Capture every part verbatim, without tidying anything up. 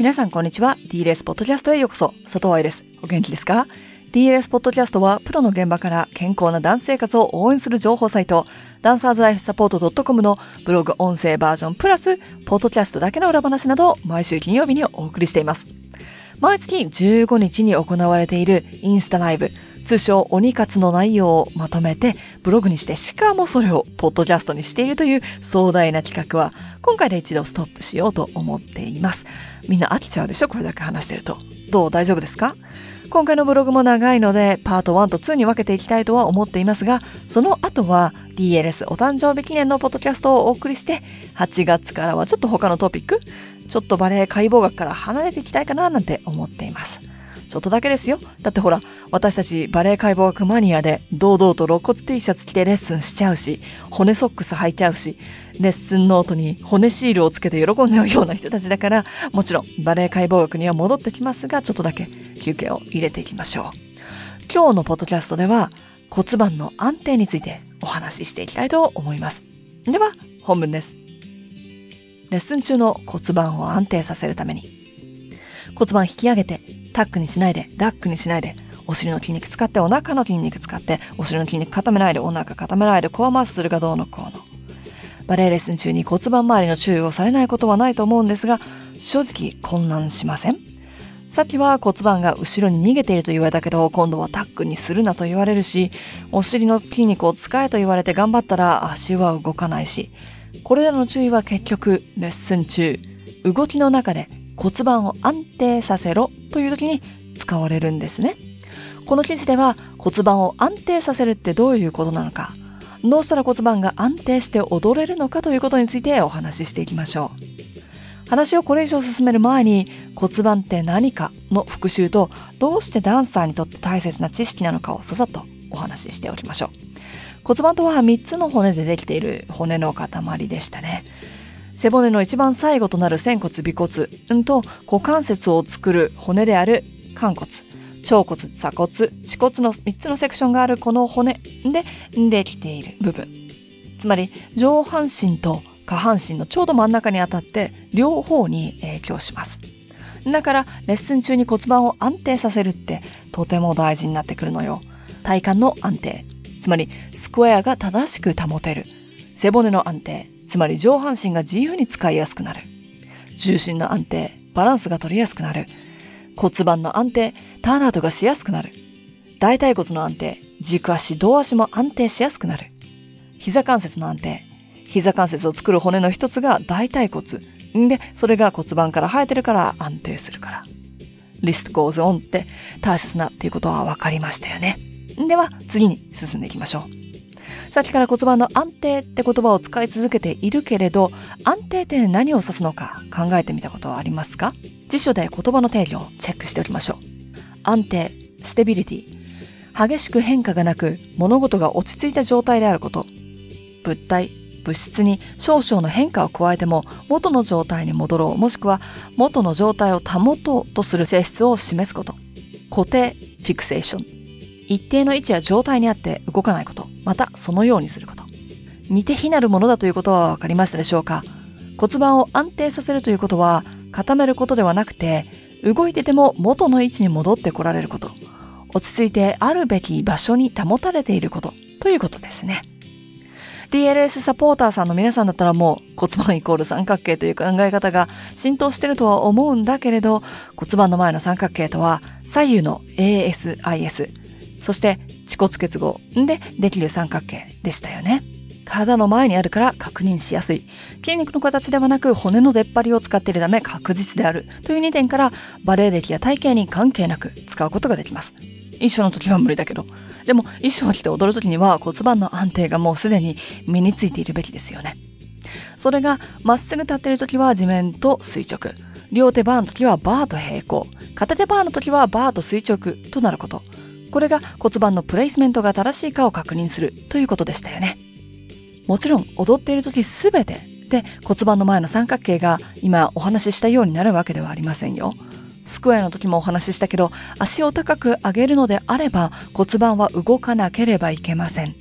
皆さんこんにちは。 ディーエルエス ポッドキャストへようこそ。佐藤愛です。お元気ですか？ ディーエルエス ポッドキャストはプロの現場から健康なダンス生活を応援する情報サイト、ダンサーズライフサポート .com のブログ音声バージョンプラスポッドキャストだけの裏話などを毎週金曜日にお送りしています。毎月じゅうごにちに行われているインスタライブ、通称鬼活の内容をまとめてブログにして、しかもそれをポッドキャストにしているという壮大な企画は今回で一度ストップしようと思っています。みんな飽きちゃうでしょ、これだけ話してると。どう？大丈夫ですか？今回のブログも長いのでパートワンとツーに分けていきたいとは思っていますが、その後は ディーエルエス お誕生日記念のポッドキャストをお送りして、はちがつからはちょっと他のトピック、ちょっとバレエ解剖学から離れていきたいかななんて思っています。ちょっとだけですよ。だってほら、私たちバレエ解剖学マニアで堂々と肋骨 T シャツ着てレッスンしちゃうし、骨ソックス履いちゃうし、レッスンノートに骨シールをつけて喜んじゃうような人たちだから、もちろんバレエ解剖学には戻ってきますが、ちょっとだけ休憩を入れていきましょう。今日のポッドキャストでは骨盤の安定についてお話ししていきたいと思います。では本文です。レッスン中の骨盤を安定させるために、骨盤引き上げてタックにしないで、ダックにしないで、お尻の筋肉使って、お腹の筋肉使って、お尻の筋肉固めないで、お腹固めないで、コアマッスルがどうのこうの。バレエレッスン中に骨盤周りの注意をされないことはないと思うんですが、正直混乱しません？さっきは骨盤が後ろに逃げていると言われたけど、今度はタックにするなと言われるし、お尻の筋肉を使えと言われて頑張ったら足は動かないし、これらの注意は結局レッスン中、動きの中で骨盤を安定させろという時に使われるんですね。この記事では骨盤を安定させるってどういうことなのか、どうしたら骨盤が安定して踊れるのかということについてお話ししていきましょう。話をこれ以上進める前に、骨盤って何かの復習と、どうしてダンサーにとって大切な知識なのかをささっとお話ししておきましょう。骨盤とはみっつの骨でできている骨の塊でしたね。背骨の一番最後となる仙骨尾骨と股関節を作る骨である寛骨、腸骨、鎖骨、恥骨のみっつのセクションがあるこの骨でできている部分。つまり上半身と下半身のちょうど真ん中にあたって両方に影響します。だからレッスン中に骨盤を安定させるってとても大事になってくるのよ。体幹の安定、つまりスクエアが正しく保てる。背骨の安定、つまり上半身が自由に使いやすくなる。重心の安定、バランスが取りやすくなる。骨盤の安定、ターンアウトがしやすくなる。大腿骨の安定、軸足、胴足も安定しやすくなる。膝関節の安定、膝関節を作る骨の一つが大腿骨。で、それが骨盤から生えてるから安定するから。リストゴーズオンって大切なっていうことは分かりましたよね。では、次に進んでいきましょう。さっきから骨盤の安定って言葉を使い続けているけれど、安定って何を指すのか考えてみたことはありますか？辞書で言葉の定義をチェックしておきましょう。安定、ステビリティ。激しく変化がなく、物事が落ち着いた状態であること。物体、物質に少々の変化を加えても元の状態に戻ろう、もしくは元の状態を保とうとする性質を示すこと。固定、フィクセーション。一定の位置や状態にあって動かないこと、またそのようにすること。似て非なるものだということはわかりましたでしょうか？骨盤を安定させるということは、固めることではなくて、動いてても元の位置に戻ってこられること。落ち着いてあるべき場所に保たれていることということですね。ディーエルエス サポーターさんの皆さんだったらもう骨盤イコール三角形という考え方が浸透しているとは思うんだけれど、骨盤の前の三角形とは左右の エーエスアイエス、そして恥骨結合でできる三角形でしたよね。体の前にあるから確認しやすい。筋肉の形ではなく骨の出っ張りを使っているため確実であるというにてんからバレエ歴や体型に関係なく使うことができます。一緒の時は無理だけど。でも衣装を着て踊る時には骨盤の安定がもうすでに身についているべきですよね。それがまっすぐ立っている時は地面と垂直。両手バーの時はバーと平行。片手バーの時はバーと垂直となること。これが骨盤のプレイスメントが正しいかを確認するということでしたよね。もちろん踊っている時すべてで骨盤の前の三角形が今お話ししたようになるわけではありませんよ。スクエアの時もお話ししたけど、足を高く上げるのであれば骨盤は動かなければいけません。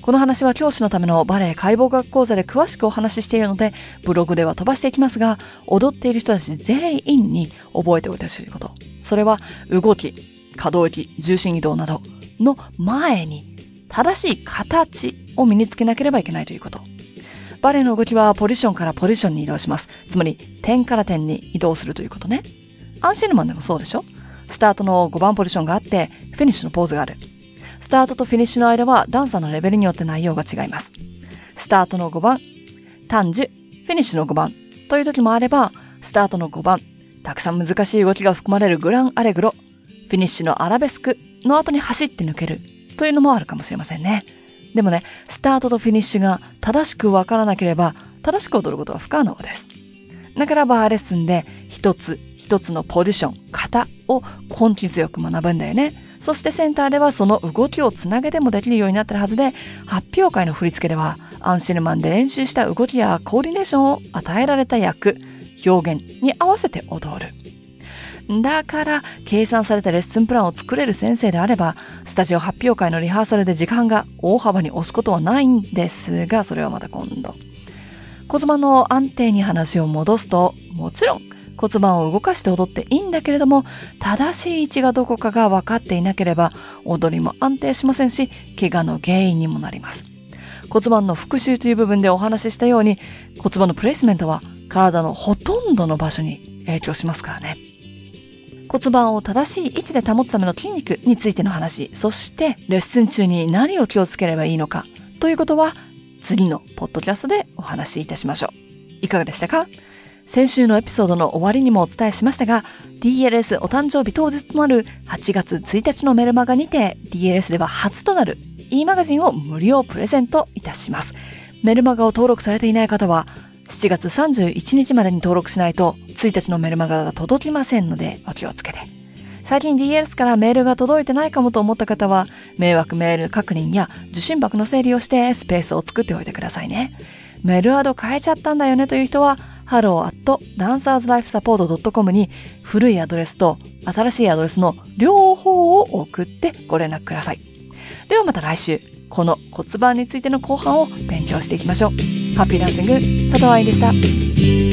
この話は教師のためのバレエ解剖学講座で詳しくお話ししているので、ブログでは飛ばしていきますが、踊っている人たち全員に覚えておいてほしいこと。それは動き、可動域、重心移動などの前に正しい形を身につけなければいけないということ。バレエの動きはポジションからポジションに移動します。つまり点から点に移動するということね。アンシェルマンでもそうでしょ。スタートのごばんポジションがあって、フィニッシュのポーズがある。スタートとフィニッシュの間はダンサーのレベルによって内容が違います。スタートのごばん、単樹、フィニッシュのごばんという時もあれば、スタートのごばん、たくさん難しい動きが含まれるグランアレグロ、フィニッシュのアラベスクの後に走って抜けるというのもあるかもしれませんね。でもね、スタートとフィニッシュが正しくわからなければ、正しく踊ることは不可能です。だからバーレッスンで一つ一つのポジション、型を根気強く学ぶんだよね。そしてセンターではその動きをつなげでもできるようになってるはずで、発表会の振り付けではアンシェルマンで練習した動きやコーディネーションを与えられた役、表現に合わせて踊る。だから計算されたレッスンプランを作れる先生であれば、スタジオ発表会のリハーサルで時間が大幅に押すことはないんですが、それはまた今度。骨盤の安定に話を戻すと、もちろん骨盤を動かして踊っていいんだけれども、正しい位置がどこかが分かっていなければ踊りも安定しませんし、怪我の原因にもなります。骨盤の復習という部分でお話ししたように、骨盤のプレイスメントは体のほとんどの場所に影響しますからね。骨盤を正しい位置で保つための筋肉についての話、そしてレッスン中に何を気をつければいいのかということは、次のポッドキャストでお話しいたしましょう。いかがでしたか？先週のエピソードの終わりにもお伝えしましたが、ディーエルエス お誕生日当日となるはちがつついたちのメルマガにて ディーエルエス では初となる e マガジンを無料プレゼントいたします。メルマガを登録されていない方はしちがつさんじゅういちにちまでに登録しないとついたちのメルマガが届きませんのでお気をつけて。最近 ディーエルエス からメールが届いてないかもと思った方は、迷惑メール確認や受信箱の整理をしてスペースを作っておいてくださいね。メールアド変えちゃったんだよねという人は、ハローアットダンサーズライフサポートドットコム に古いアドレスと新しいアドレスの両方を送ってご連絡ください。ではまた来週、この骨盤についての後半を勉強していきましょう。ハッピーダンシング、佐藤愛でした。